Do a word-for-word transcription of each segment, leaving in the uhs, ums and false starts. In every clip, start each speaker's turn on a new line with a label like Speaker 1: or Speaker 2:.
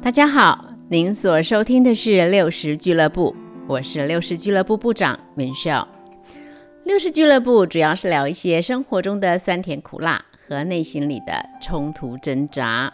Speaker 1: 大家好，您所收听的是六十俱乐部，我是六十俱乐部部长 Michelle。 六十俱乐部主要是聊一些生活中的酸甜苦辣和内心里的冲突挣扎。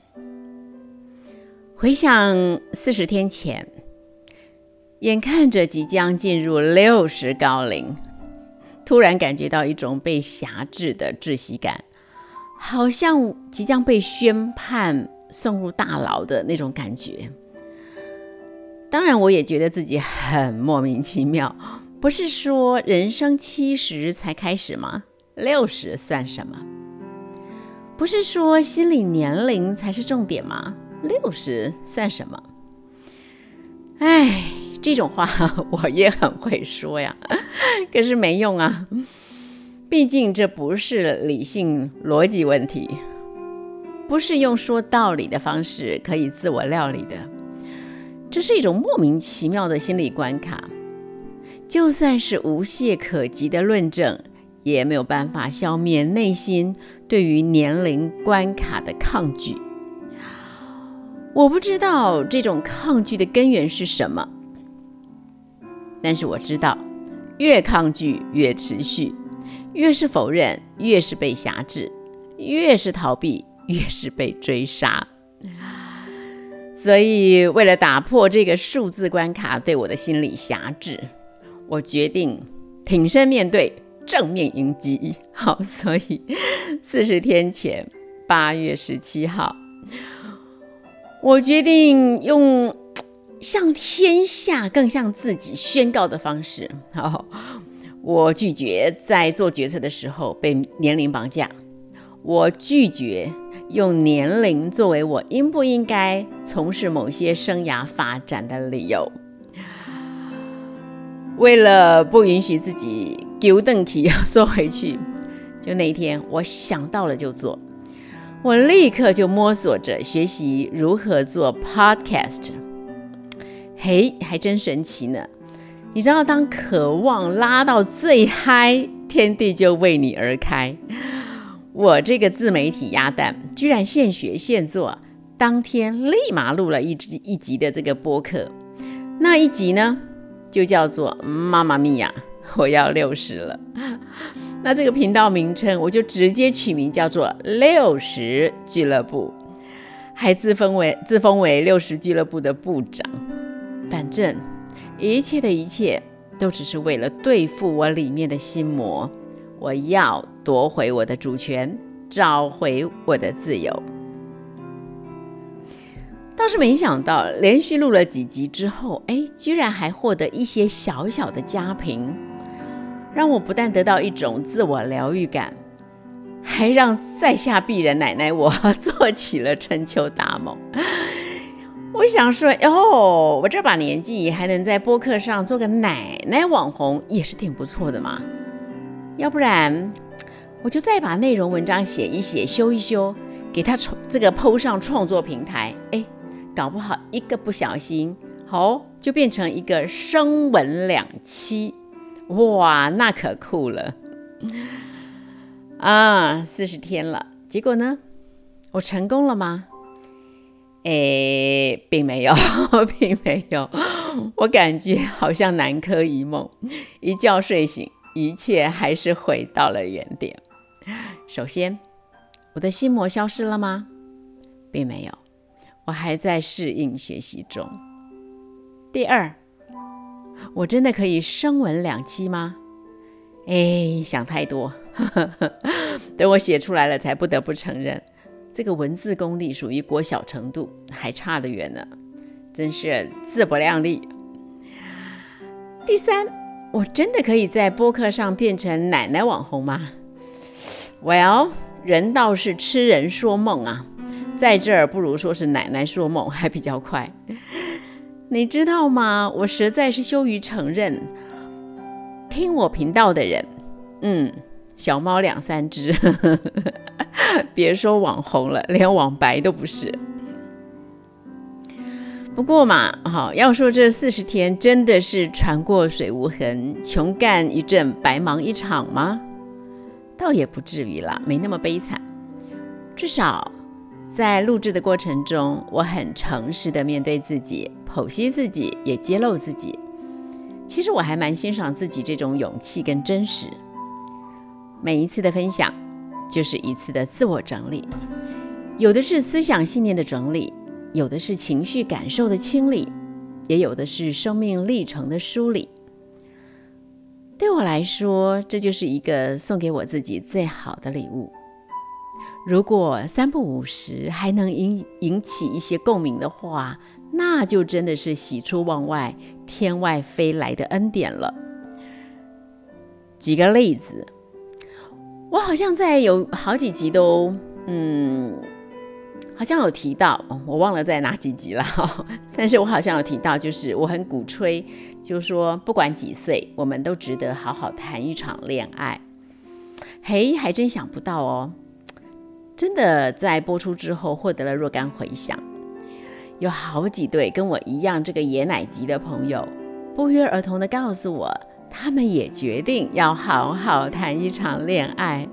Speaker 1: 回想四十天前，眼看着即将进入六十高龄，突然感觉到一种被辖制的窒息感，好像即将被宣判送入大牢的那种感觉。当然我也觉得自己很莫名其妙，不是说人生七十才开始吗？六十算什么？不是说心理年龄才是重点吗？六十算什么？哎，这种话我也很会说呀，可是没用啊，毕竟这不是理性逻辑问题，不是用说道理的方式可以自我料理的，这是一种莫名其妙的心理关卡。就算是无懈可击的论证，也没有办法消灭内心对于年龄关卡的抗拒。我不知道这种抗拒的根源是什么，但是我知道，越抗拒越持续，越是否认越是被辖制，越是逃避越是被追杀。所以为了打破这个数字关卡对我的心理辖制，我决定挺身面对，正面迎击。好，所以四十天前八月十七号，我决定用向天下更向自己宣告的方式，好，我拒绝在做决策的时候被年龄绑架，我拒绝用年龄作为我应不应该从事某些生涯发展的理由。为了不允许自己丢邓起缩回去，就那一天我想到了就做，我立刻就摸索着学习如何做 podcast。 嘿，还真神奇呢。你知道，当渴望拉到最嗨，天地就为你而开。我这个自媒体鸭蛋居然现学现做，当天立马录了一集一集的这个播客。那一集呢，就叫做妈妈咪呀，我要六十了。那这个频道名称我就直接取名叫做六十俱乐部，还自封为自封为六十俱乐部的部长。反正一切的一切都只是为了对付我里面的心魔，我要夺回我的主权，找回我的自由。倒是没想到连续录了几集之后，哎，居然还获得一些小小的佳评，让我不但得到一种自我疗愈感，还让在下鄙人奶奶我做起了春秋大梦。我想说，哦，我这把年纪还能在播客上做个奶奶网红，也是挺不错的嘛。要不然我就再把内容文章写一写，修一修，给它这个 po 上创作平台，哎，搞不好一个不小心，哦，就变成一个声闻两栖，哇，那可酷了啊！四十天了，结果呢，我成功了吗？诶，并没有，并没有。我感觉好像南柯一梦，一觉睡醒，一切还是回到了原点。首先，我的心魔消失了吗？并没有，我还在适应学习中。第二，我真的可以声闻两栖吗？哎，想太多。等我写出来了，才不得不承认，这个文字功力属于国小程度，还差得远呢，真是自不量力。第三，我真的可以在播客上变成奶奶网红吗？ Well， 人倒是痴人说梦啊，在这儿不如说是奶奶说梦还比较快。你知道吗？我实在是羞于承认，听我频道的人，嗯，小猫两三只，别说网红了，连网白都不是。不过嘛，好，要说这四十天真的是船过水无痕，穷干一阵，白忙一场吗？倒也不至于啦，没那么悲惨。至少在录制的过程中，我很诚实的面对自己，剖析自己，也揭露自己。其实我还蛮欣赏自己这种勇气跟真实。每一次的分享就是一次的自我整理，有的是思想信念的整理，有的是情绪感受的清理，也有的是生命历程的梳理。对我来说，这就是一个送给我自己最好的礼物。如果三不五时还能 引, 引起一些共鸣的话，那就真的是喜出望外、天外飞来的恩典了。举个例子，我好像在有好几集都，嗯，好像有提到，我忘了在哪几集了，但是我好像有提到，就是我很鼓吹，就是说不管几岁，我们都值得好好谈一场恋爱。嘿，还真想不到哦，真的在播出之后获得了若干回响。有好几对跟我一样这个爷奶级的朋友，不约而同地告诉我，他们也决定要好好谈一场恋爱。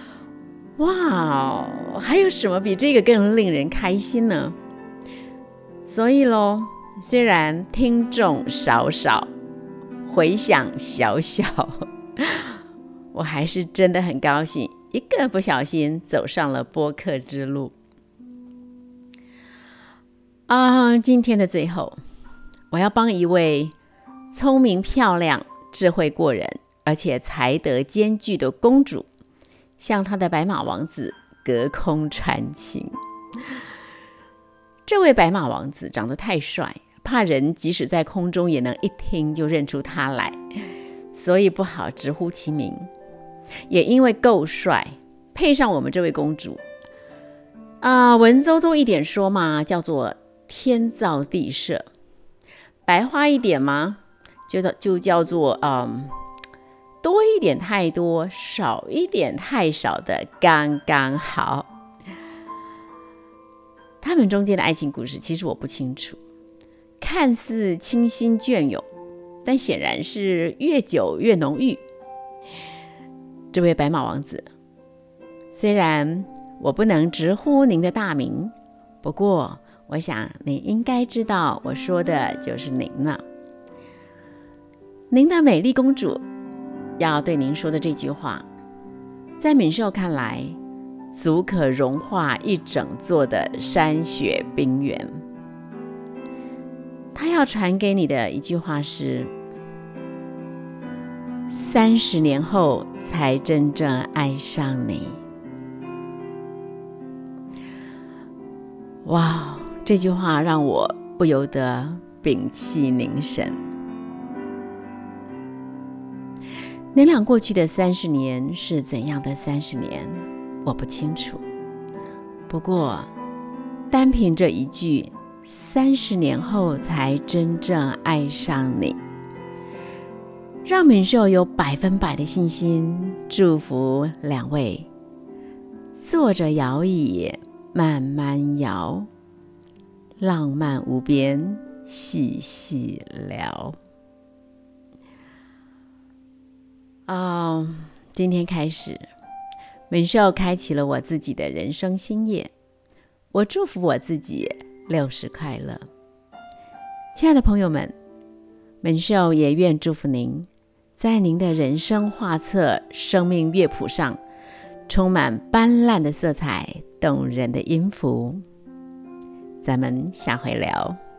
Speaker 1: 哇，还有什么比这个更令人开心呢？所以咯，虽然听众少少，回响小小，我还是真的很高兴，一个不小心走上了播客之路。啊，今天的最后，我要帮一位聪明漂亮、智慧过人，而且才德兼具的公主，向她的白马王子隔空传情。这位白马王子长得太帅，怕人即使在空中也能一听就认出他来，所以不好直呼其名。也因为够帅，配上我们这位公主，啊，文绉绉一点说嘛，叫做天造地设；白话一点嘛，就就叫做嗯，多一点太多，少一点太少的刚刚好。他们中间的爱情故事，其实我不清楚，看似清新隽永，但显然是越久越浓郁。这位白马王子，虽然我不能直呼您的大名，不过我想您应该知道我说的就是您了。您的美丽公主要对您说的这句话，在敏寿看来，足可融化一整座的山雪冰原。他要传给你的一句话是：三十年后才真正爱上你。哇，这句话让我不由得屏气凝神。您俩过去的三十年是怎样的三十年，我不清楚。不过，单凭这一句“三十年后才真正爱上你”，让敏寿有百分百的信心，祝福两位坐着摇椅慢慢摇，浪漫无边，细细聊。哦，今天开始，敏寿开启了我自己的人生新页。我祝福我自己六十快乐。亲爱的朋友们，敏寿也愿祝福您，在您的人生画册、生命乐谱上，充满斑斓的色彩，动人的音符。咱们下回聊。